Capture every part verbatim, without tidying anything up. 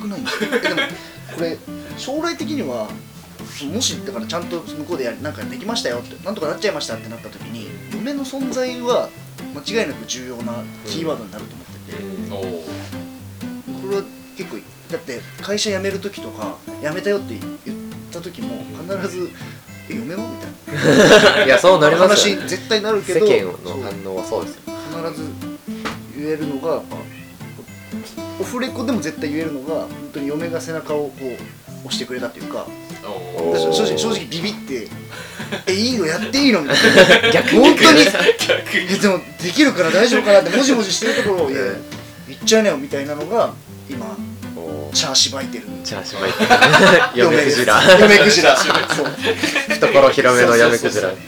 くないんですか。でもこれ将来的にはもしだからちゃんと向こうでやなんかできましたよってなんとかなっちゃいましたってなった時に嫁の存在は間違いなく重要なキーワードになると思ってて、うん、これは結構だって会社辞める時とか辞めたよって言った時も必ずえ嫁はみたいな。 いやそうなりますよね。 話絶対なるけど世間の反応はそうですよ。 必ず言えるのがやっぱオフレコでも絶対言えるのが本当に嫁が背中をこう押してくれたっていうか、正直正直ビビってえいいのやっていいのみたいな逆に本当にえでもできるから大丈夫かなってもじもじしてるところをいや言っちゃいなよみたいなのが今チャーしばいてるチャーしばいてる嫁クジラ嫁クジラそう懐広めの嫁クジラ。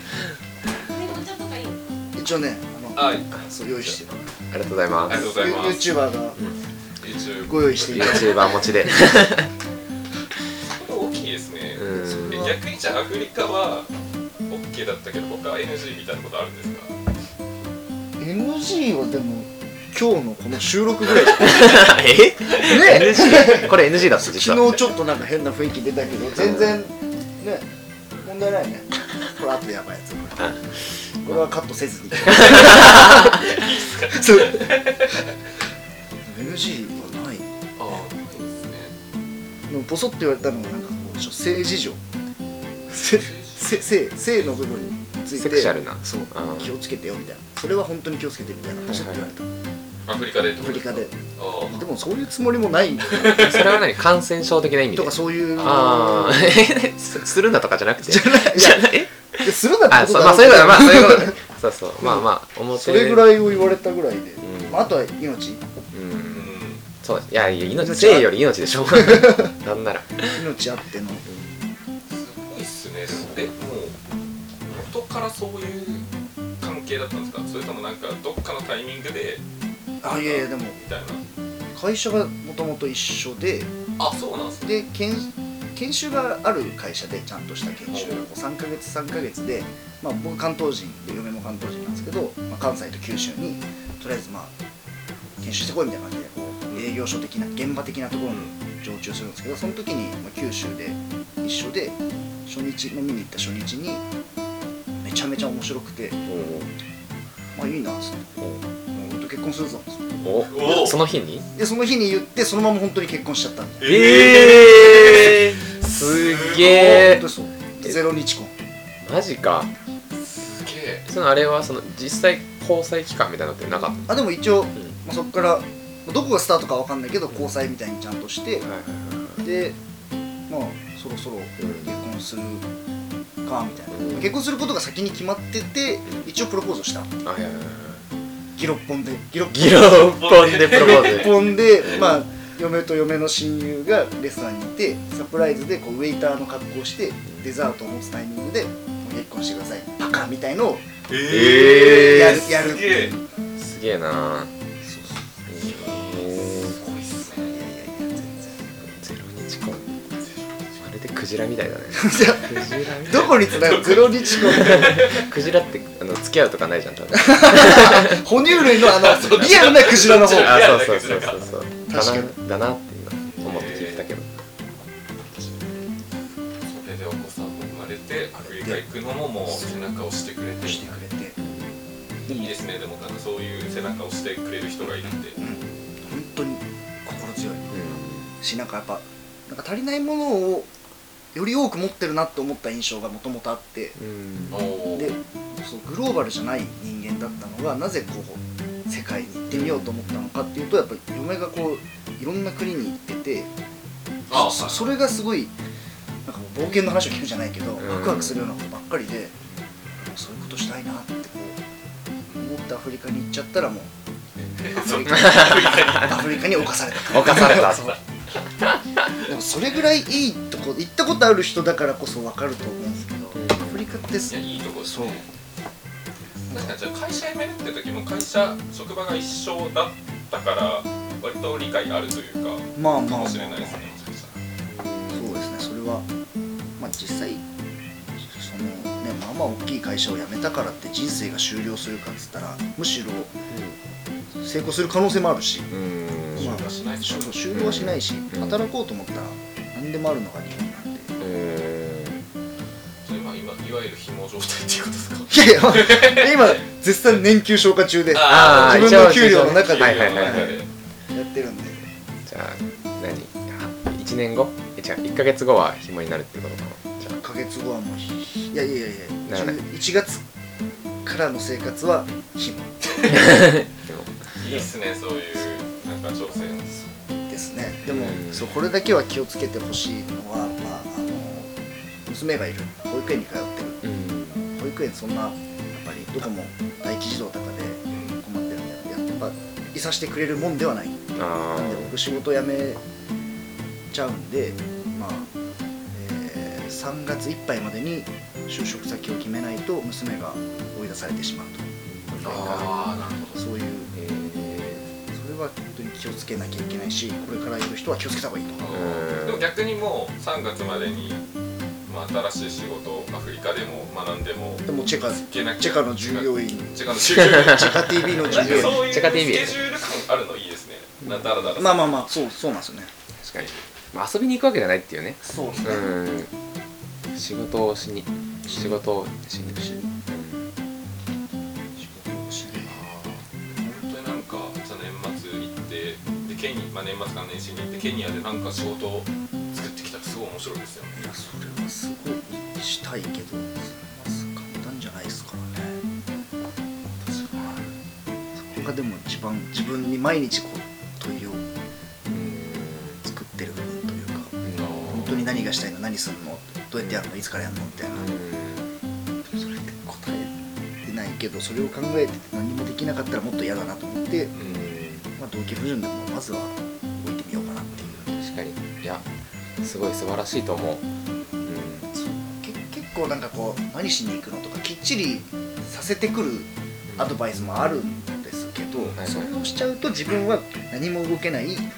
一応ねあのそう用意してる。 ありがとうございます。 ありがとうございます。 YouTuber がご用意している YouTuber 持ちで大きいですね。逆にじゃあアフリカは OK だったけど他は エヌジー みたいなことあるんですか？ エヌジー はでも今日のこの収録ぐらいえ？ ねエヌジー？ これ エヌジー だった実は。 昨日ちょっとなんか変な雰囲気出たけど全然ね問題ないね。これあとやばいやつこれはカットせずにそう エヌジー はない。 ああそうですね。 でもポソッと言われたのがなんかこう性事情性性性の部分についてセクシャルなそう気をつけてよみたいなそれは本当に気をつけてみたいなポソッと言われた。 アフリカでアフリカででもそういうつもりもないそれは何感染症的な意味でとかそういうああするなとかじゃなくてじゃないじゃないえするなってことだまあそういうことまあそういうことそうそうまあまあ思ってそれぐらいを言われたぐらいであとは命そういやいや命生より命でしょなんなら命あってのすごいっすね。えもう元からそういう関係だったんですか？それともなんかどっかのタイミングであいやいやでもみたいな会社がもともと一緒であそうなんですね。 で研研修がある会社でちゃんとした研修がさんかげつさんかげつで、まあ、僕関東人で嫁も関東人なんですけど、まあ、関西と九州にとりあえずまあ研修してこいみたいな感じでこう営業所的な現場的なところに常駐するんですけどその時に、まあ、九州で一緒で初日飲みに行った初日にめちゃめちゃ面白くてまあいいなっつって俺と結婚するぞっつっておその日にでその日に言ってそのまま本当に結婚しちゃったんでええー、すげえ本当そうゼロ日婚マジかすげえ。 そのあれはその実際交際期間みたいなのってなかった？ あでも一応、うんまあ、そこからどこがスタートかわかんないけど交際みたいにちゃんとして、うん、でまあそろそろ結婚するかみたいな、うん、結婚することが先に決まってて一応プロポーズをした。あいやいやギロッポンでギロッポンでプロポーズギロッポンでまあ嫁と嫁の親友がレストランにいてサプライズでこうウェイターの格好をしてデザートを持つタイミングで結婚してくださいパカみたいのをえやるやるっていうすげえな。 そうそうすごいっすね。 いやいやいや全然ゼロ日婚まるでクジラみたいだねどこにつながるゼロ日婚クジラってあの付き合うとかないじゃん多分哺乳類のあのリアルなクジラの方あそうそうそうそうそう確かにだなって今思って聞いてたけどそれでお子さんも生まれてアフリカ行くのももう背中を押してくれてしてくれていいですね。でもなんかそういう背中を押してくれる人がいるって、 うん、本当に心強い、うん、しなんかやっぱなんか足りないものをより多く持ってるなって思った印象がもともとあって、うん、でそうグローバルじゃない人間だったのがなぜこう世界に行ってみようと思ったのかっていうとやっぱり嫁がこういろんな国に行っててあ そ, それがすごいなんかもう冒険の話を聞くじゃないけど、うん、ワクワクするようなことばっかりでそういうことしたいなってこう思ってアフリカに行っちゃったらもうアフリカ に, アフリカに侵された侵されたでもそれぐらいいいとこ行ったことある人だからこそ分かると思うんですけど、うん、アフリカっていやいいとこですね。 そう確かにじゃあ会社辞めるって時も会社職場が一緒だったから割と理解あるというかまあまあまあ、まあ、 かもしれないですね。もしかしたらそうですね。それはまあ実際そのねまあまあ大きい会社を辞めたからって人生が終了するかっつったらむしろ成功する可能性もあるし、うんまあはしないですか？ そう就労はしないし、うん、働こうと思ったら何でもあるのが日本なんで。 えー、今今いわゆる紐状態っていうことですか？ いやいや今絶賛年給消化中であ自分の給料の中でやはいはいはいはいってるんで。 じゃあ何いちねんごえ違ういっかげつごは紐になるってことかな。じゃあいっかげつごはもういやいやいやいやいちがつからの生活は紐いいっすね、そういうなんか挑戦ですね。でもそうこれだけは気をつけてほしいのは、まあ、あの娘がいる保育園に通ってる、うん、保育園そんなやっぱりどこも待機児童とかで困ってるんで、やっぱいさしてくれるもんではない。なんで僕仕事辞めちゃうんで、まあえー、さんがついっぱいまでに就職先を決めないと娘が追い出されてしまうと。 あなるほど。 そういう、えー、それは本当に気をつけなきゃいけないし、これからいる人は気をつけた方がいいと。 でも逆にもうさんがつまでに、まあ、新しい仕事をアフリカでも学んでもでもチェカチェカの従業員チェカの従業員チェカ ティービー の従業員そういうスケジュール感あるのいいですね。なんだらだらまあまあまあそうそうなんですよね。 確かに、まあ、遊びに行くわけじゃないっていうね。 そうですね。 うん仕事をしに仕事をしにしにケニまあ、年末から年始に行ってケニアでなんか仕事を作ってきたらすごい面白いですよね。 いやそれはすごいしたいけどそれは簡単じゃないですからね。確かにそこがでも一番自分に毎日こう問いを作ってる部分というか、本当に何がしたいの、何するの、どうやってやるの、いつからやるのみたいな。それで答えてないけどそれを考えてて何もできなかったらもっと嫌だなと思って、まあ、動機不純でもまずは動いてみようかなっていう。 確かにいやすごい素晴らしいと思う、うん、 け結構なんかこう何しに行くのとかきっちりさせてくるアドバイスもあるんですけど、うん、それをしちゃうと自分は何も動けない、うん、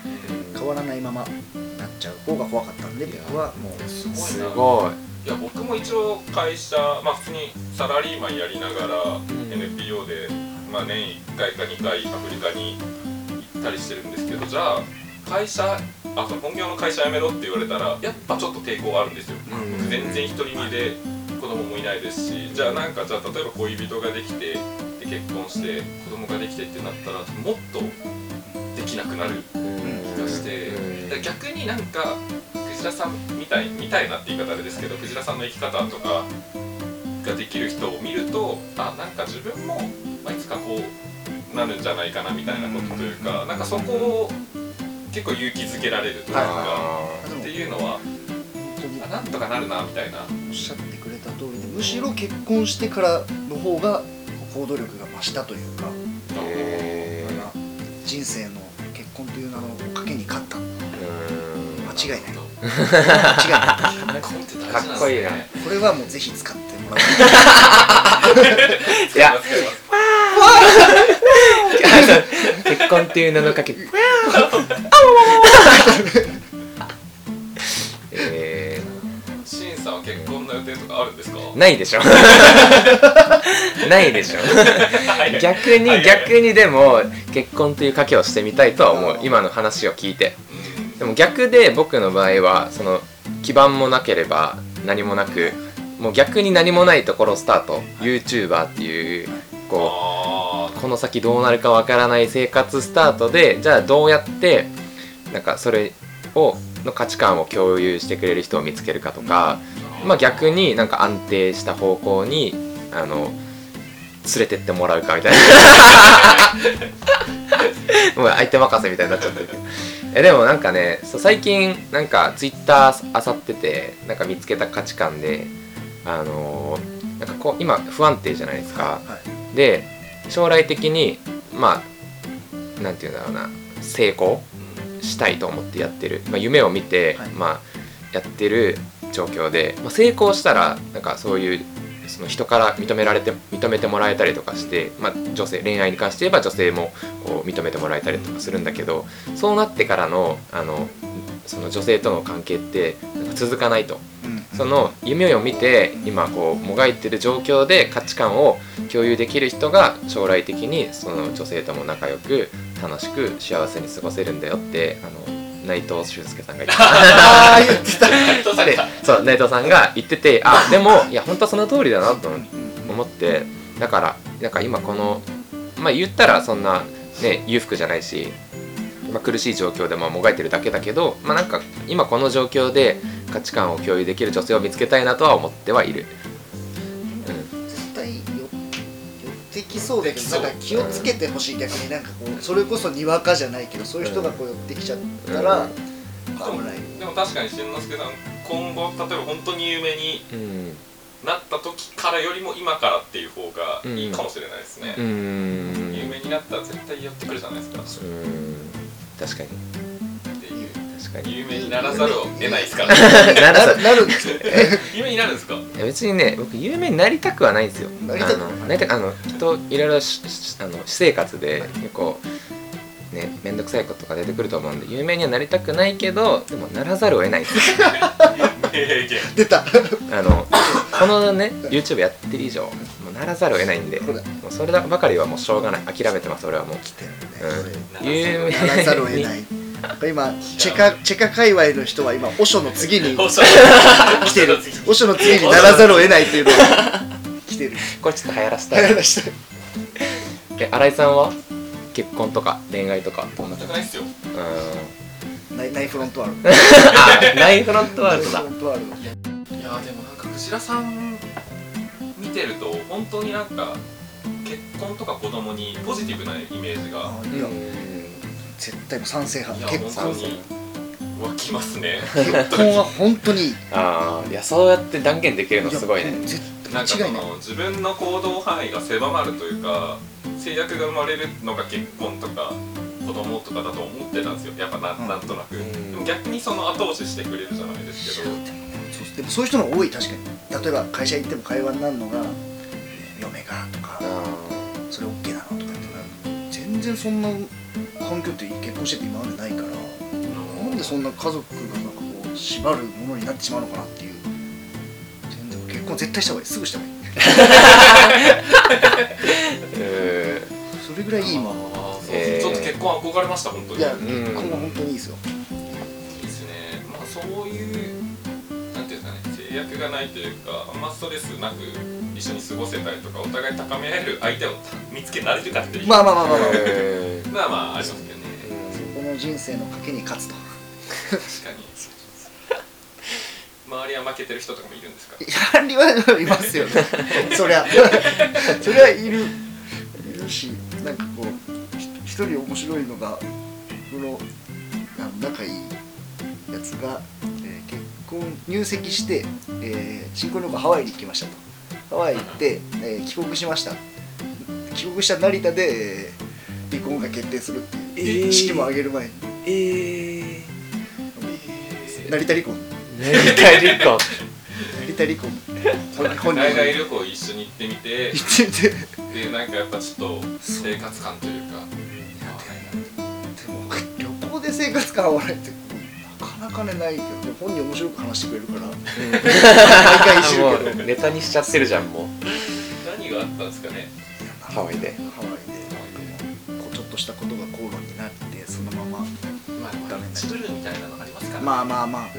変わらないままなっちゃう方が怖かったんで、僕はもうすごいな。 すごい。 いや僕も一応会社、まあ、普通にサラリーマンやりながら エヌピーオー で、まあ、年いっかいかにかいアフリカに行ったりしてるんですけど、じゃあ会社あその本業の会社辞めろって言われたらやっぱちょっと抵抗あるんですよ。僕全然独り身で子供もいないですし、じゃあなんかじゃあ例えば恋人ができてで結婚して子供ができてってなったらもっとできなくなる気がして、逆になんかクジラさんみたいみたいなって言い方あれですけど、クジラさんの生き方とかができる人を見ると、あなんか自分も、まあ、いつかこうなるんじゃないかなみたいなことというか、なんかそこを結構勇気づけられるというかっていうのはあなんとかなるなみたいなおっしゃってくれた通りで、むしろ結婚してからの方が行動力が増したというか、 へー人生の結婚という名の賭けに勝った。間違いない。間違いない。 かっこいいな。 これはもうぜひ使ってもらう。 いや結婚っていう名の賭け。えー、シンさんは結婚の予定とかあるんですか？ ないでしょ。ないでしょ。逆に逆にでも結婚という賭けをしてみたいとは思う。今の話を聞いて。でも逆で僕の場合はその基盤もなければ何もなく、もう逆に何もないところスタート、YouTuber っていうこうこの先どうなるかわからない生活スタートで、じゃあどうやってなんかそれをの価値観を共有してくれる人を見つけるかとか、まあ逆になんか安定した方向にあの連れてってもらうかみたいなもう相手任せみたいになっちゃってるけど、えでもなんかね、そう最近なんかツイッターあさっててなんか見つけた価値観で、あのー、なんかこう今不安定じゃないですか、はい、で将来的にまあなんていうんだろうな、成功したいと思ってやってる、まあ、夢を見て、はい、まあやってる状況で、まあ、成功したらなんかそういうその人から認められて認めてもらえたりとかして、まあ、女性恋愛に関して言えば女性もこう認めてもらえたりとかするんだけど、そうなってからのあのその女性との関係ってなんか続かないと、その夢を見て今こうもがいてる状況で価値観を共有できる人が将来的にその女性とも仲良く楽しく幸せに過ごせるんだよってあの内藤俊介さんが言ってああ言ってた内藤さんでかそう内藤さんが言っててあでもいや本当はその通りだなと思ってだからなんか今このまあ言ったらそんなね裕福じゃないし、まあ、苦しい状況でまあもがいてるだけだけどまあなんか今この状況で価値観を共有できる女性を見つけたいなとは思ってはいる。 絶対寄ってきそうだけどなんか気をつけてほしい逆になんかこうそれこそにわかじゃないけどそういう人がこう寄ってきちゃったら危ない。 でも確かにしんのすけさん今後例えば本当に有名になった時からよりも今からっていう方がいいかもしれないですね。 うん有名になったら絶対寄ってくるじゃないですか。 うん確かにっていう確かに有名にならざるを得ないですからならなるんですよ有名になるんですか？ いや別にね僕有名になりたくはないんですよ。 なりたくあのなりたくあのきっといろいろししあの私生活で結構ね面倒くさいことが出てくると思うんで有名にはなりたくないけどでもならざるを得ないんですよ名言出たあのこのね YouTube やってる以上もうならざるを得ないんでこれもうそればかりはもうしょうがない諦めてます俺はもう、 来てるねうん、有名ならざるを得ない今チェカチェカ界隈の人は今オショの次におしゃ来てるオショの次にならざるを得ないっていうのが来てるこれちょっと流行らせたい流行らしたいえ新井さんは結婚とか恋愛とかどんな全くないっすよ。 うんナイナイフロントワールドあナイフロントワールドだナイフロントワールドいやでもなんかクジラさん見てると本当になんか結婚とか子供にポジティブなイメージがあいや絶対もう賛成い派や結婚本当に湧きますね。 結婚は本当にいいああいやそうやって断言できるのすごいねや絶なんかそ対間違いないの自分の行動範囲が狭まるというか制約が生まれるのが結婚とか子供とかだと思ってたんですよやっぱな ん, なんとなく、 んでも逆にその後押ししてくれるじゃないですけどそうでもそういう人の多い確かに例えば会社行っても会話になるのが嫁がとかあそれ OK なのとかってなる全然そんな環境って結婚してて今までないからなんでそんな家族がなんかこう縛るものになってしまうのかなっていう全然結婚絶対した方がいいすぐした方がいいえそれぐらいいいもんあーそうえーちょっと結婚憧れました本当にいやん結婚は本当にいいですよいいですね。まあそういうなんていうんですかね制約がないというかあんまストレスなく一緒に過ごせたりとかお互い高め合える相手を見つけられるかっていうまあまあまあまあまあえまあまあありますけどね。 この人生の賭けに勝つと確かに周りは負けてる人とかもいるんですか？ やりはいますよねそりゃそりゃいるいるしなんかこうひ一人面白いのがこのあの仲いいやつが、えー結婚入籍して、えー新婚旅行ハワイに行きましたとハワイ行って、えー帰国しました帰国した成田で、えー離婚が決定するっていう、 えー式も挙げる前にえー、 成田離婚成田離婚成田離婚本本人海外旅行一緒に行ってみて行っててでなんかやっぱちょっと生活感というかでも旅行で生活感合わないってなかなかねないけど本人面白く話してくれるから毎回一緒もるけどうネタにしちゃってるじゃんもう何があったんですかね。 ハワイでハワイでこうちょっとしたことが口論になってそのまままあダメチブルみたいなのありますからね。 まあまあまあ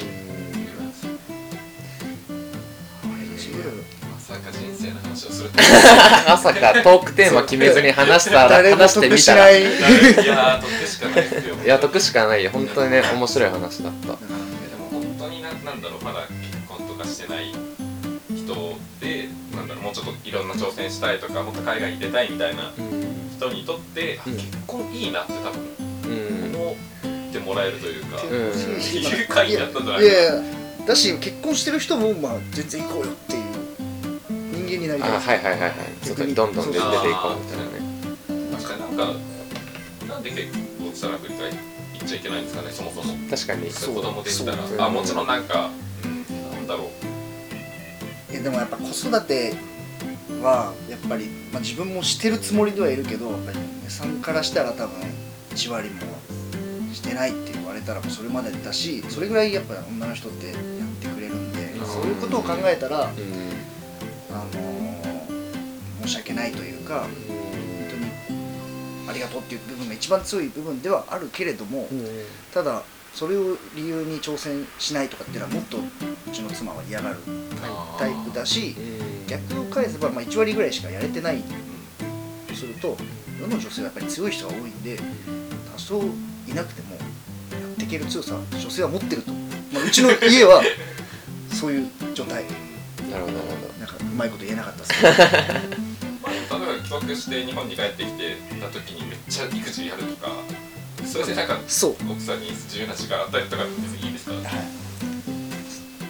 まさか人生の話をするまさかトークテーマ決めずに話したら誰も話して得みたらいしないいやー得しかないですよ。 や得しかないよ本当にね面白い話だったでも本当にな、なんだろうまだ結婚とかしてない人でなんだろうもうちょっといろんな挑戦したいとかもっと海外に出たいみたいな人にとって、あうん結婚いいなって多分うん思ってもらえるというか、 んっていう回になったんじゃないいやいかな。 やだし結婚してる人もまあ全然行こうよっていう人間になりたいあはいはいはいはい外にどんどん出ていこうみたいなねなんかなんかなんで結婚したらアフリカ行っちゃいけないんですかねそもそも。 確かにそう子供できたらそうあもちろんなんか、うん、なんだろういやでもやっぱ子育てはやっぱり、まあ、自分もしてるつもりではいるけどやっぱり嫁さんからしたら多分いち割もしてないって言われたらもうそれまでだしそれぐらいやっぱ女の人ってやってくれるんで、 うんそういうことを考えたら、 うんあのー申し訳ないというか本当にありがとうっていう部分が一番強い部分ではあるけれども、うん、ただそれを理由に挑戦しないとかっていうのはもっとうちの妻は嫌がるタイプだし、逆を返せばまあいち割ぐらいしかやれてないとすると、世の女性はやっぱり強い人が多いんで、多少いなくてもやっていける強さ女性は持ってると、まあ、うちの家はそういう状態。 なるほどなるほど。 なんかうまいこと言えなかったですけど例えば帰国して日本に帰ってきてた時にめっちゃ育児やるとか、それでなんか奥さんに自由な時間あったりとか別にいいですか？はい。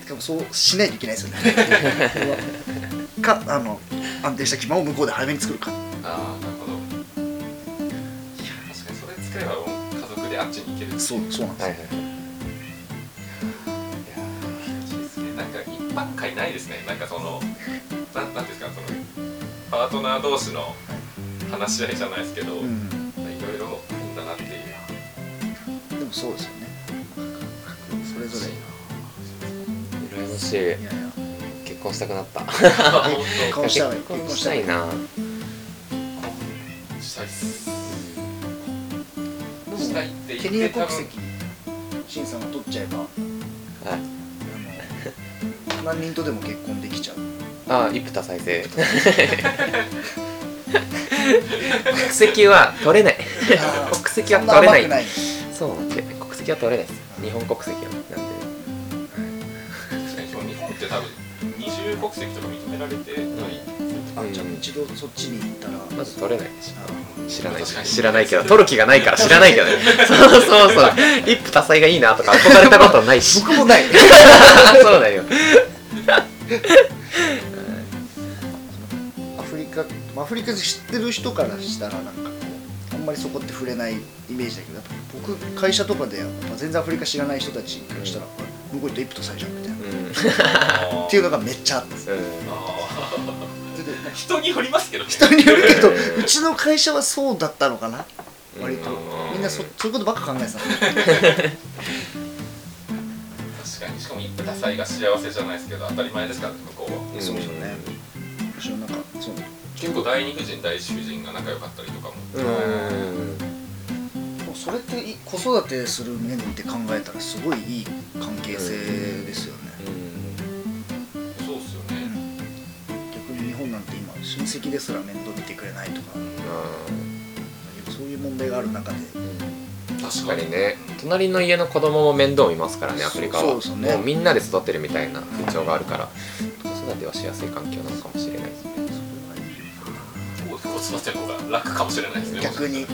でもそうしないといけないですよねか、あの安定した基盤を向こうで早めに作るか。 ああ、なるほど。いや確かにそれ作れば家族であっちに行ける。 そうそうなんですよ、はいはい、いやいいですね。なんか一般会ないですね。なんかそのななんですか、そのパートナー同士の話し合いじゃないですけど、うん、いろいろあるんだなっていう。 でもそうですよね。それぞれ羨ましい。いやいや結婚したくなった結婚したい。 結婚したいな。 したいっす。 でもしたいってケニア国籍シンさんが取っちゃえば、はい、あの何人とでも結婚できちゃう。 ああ、一夫多妻制国籍は取れない国籍は取れない。ないそうなんで、国籍は取れないです。日本国籍はなんで。 確かに日本って多分二重国籍とか認められてない、 うん、あ、じゃあ一度そっちに行ったらまず取れないでしょ。知らない知らないけど、取る気がないから知らないけどねそうそうそう、一夫多妻がいいなとか憧れたことないし僕もないそうだよアフリカアフリカで知ってる人からしたらなんかこうあんまりそこって触れないイメージだけど、僕会社とかでやっぱ全然アフリカ知らない人たちからしたら、うん、向こう行って一夫多妻じゃんみたいな、うん、っていうのがめっちゃあったんです、うん、 人によりますけどね。 人によるけどうちの会社はそうだったのかな、割とみんな そ, そういうことばっか考えてたの確かに、しかも一夫多妻が幸せじゃないですけど当たり前ですからね、向こうは、 うん、そうですよね。私はなんかそう結構第二夫人第一夫人が仲良かったりとかも、うん 、それって子育てする面で考えたらすごいいい関係性ですよね、 うん、そうですよね、 うん、逆に日本なんて今親戚ですら面倒見てくれないとか、うん、そういう問題がある中で、 うん、確かにね、隣の家の子供も面倒見ますからね、アフリカは。そうですね、もうみんなで育てるみたいな風潮があるから、うん、子育てはしやすい環境なのかもしれないですね。 子育ての方が楽かもしれないですね、 逆に。 うん、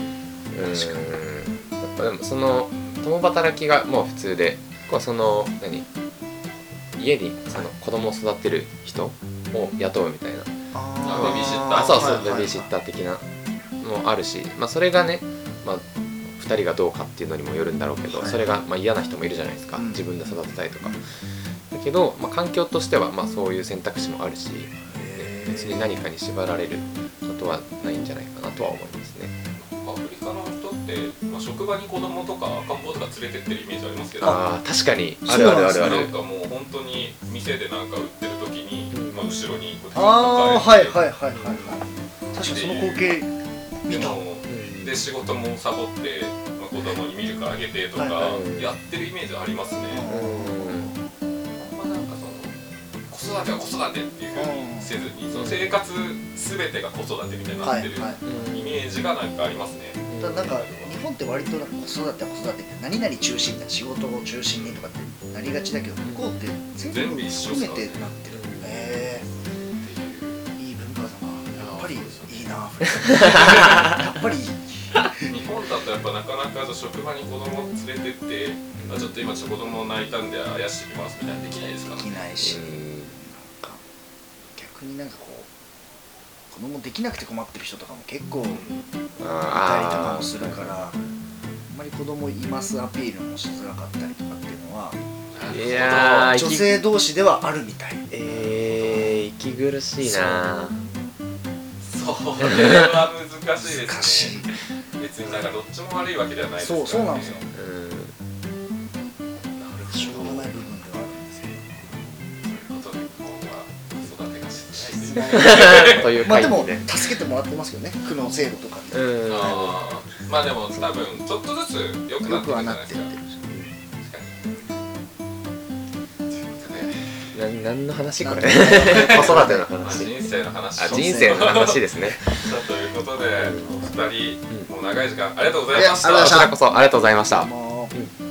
やっぱでもその共働きがもう普通で、こうその何家にその子供を育てる人を雇うみたいな、 あベビーシッター、 あそうそう、ベビーシッター的なもあるし、まあそれがね、まあふたりがどうかっていうのにもよるんだろうけど、それがまあ嫌な人もいるじゃないですか、自分で育てたいとか。だけど、まあ、環境としてはまあそういう選択肢もあるし、別に何かに縛られることはないんじゃないかなとは思いますね。 アフリカの人って、まあ、職場に子供とか赤ん坊とか連れてってるイメージありますけど、 あ確かにあるあるあるある。 なんかもう本当に店でなんか売ってる時に、うん、まあ、後ろにこうああはいはいはいはいはい、確かにその光景見た。 で仕事もサボって、まあ、子供にミルクあげてとかやってるイメージありますね。子育ては子育てっていう風にせずに、その生活すべてが子育てみたいになってるイメージがなんかありますね。 だなんか日本って割となんか子育ては子育てって何々中心だ、仕事を中心にとかってなりがちだけど、向こうって全部含めてなってる。へえー、いい文化だな。やっぱりいいなやっぱりいい。 日本だとやっぱなかなか職場に子供を連れてって、うん、ちょっと今ちょっと子供泣いたんであやしてきますみたいなできないですか？ できないし、逆になんかこう子供できなくて困ってる人とかも結構いたりとかもするから、あんまり子供いますアピールもしづらかったりとかっていうのは、いや女性同士ではあるみたい。 えー、息苦しいな。 それは難しいですね。別になんかどっちも悪いわけではないですからね。 そうそうなんですよ。 しょうがない部分ではあるんですけど、ということで今後は子育てがしないですですねというまあでも会議で、 助けてもらってますよね、区の制度とかにうんあーまあでも多分ちょっとずつ良くなってるんじゃよくはなないですか。 ってってるな何の話これなん子育てのまあ話、 人生の話あ人生の話ですね。 ということで、お二人、もう長い時間ありがとうございやいました。 ありがとうございましたこちらこそありがとうございました。 もううん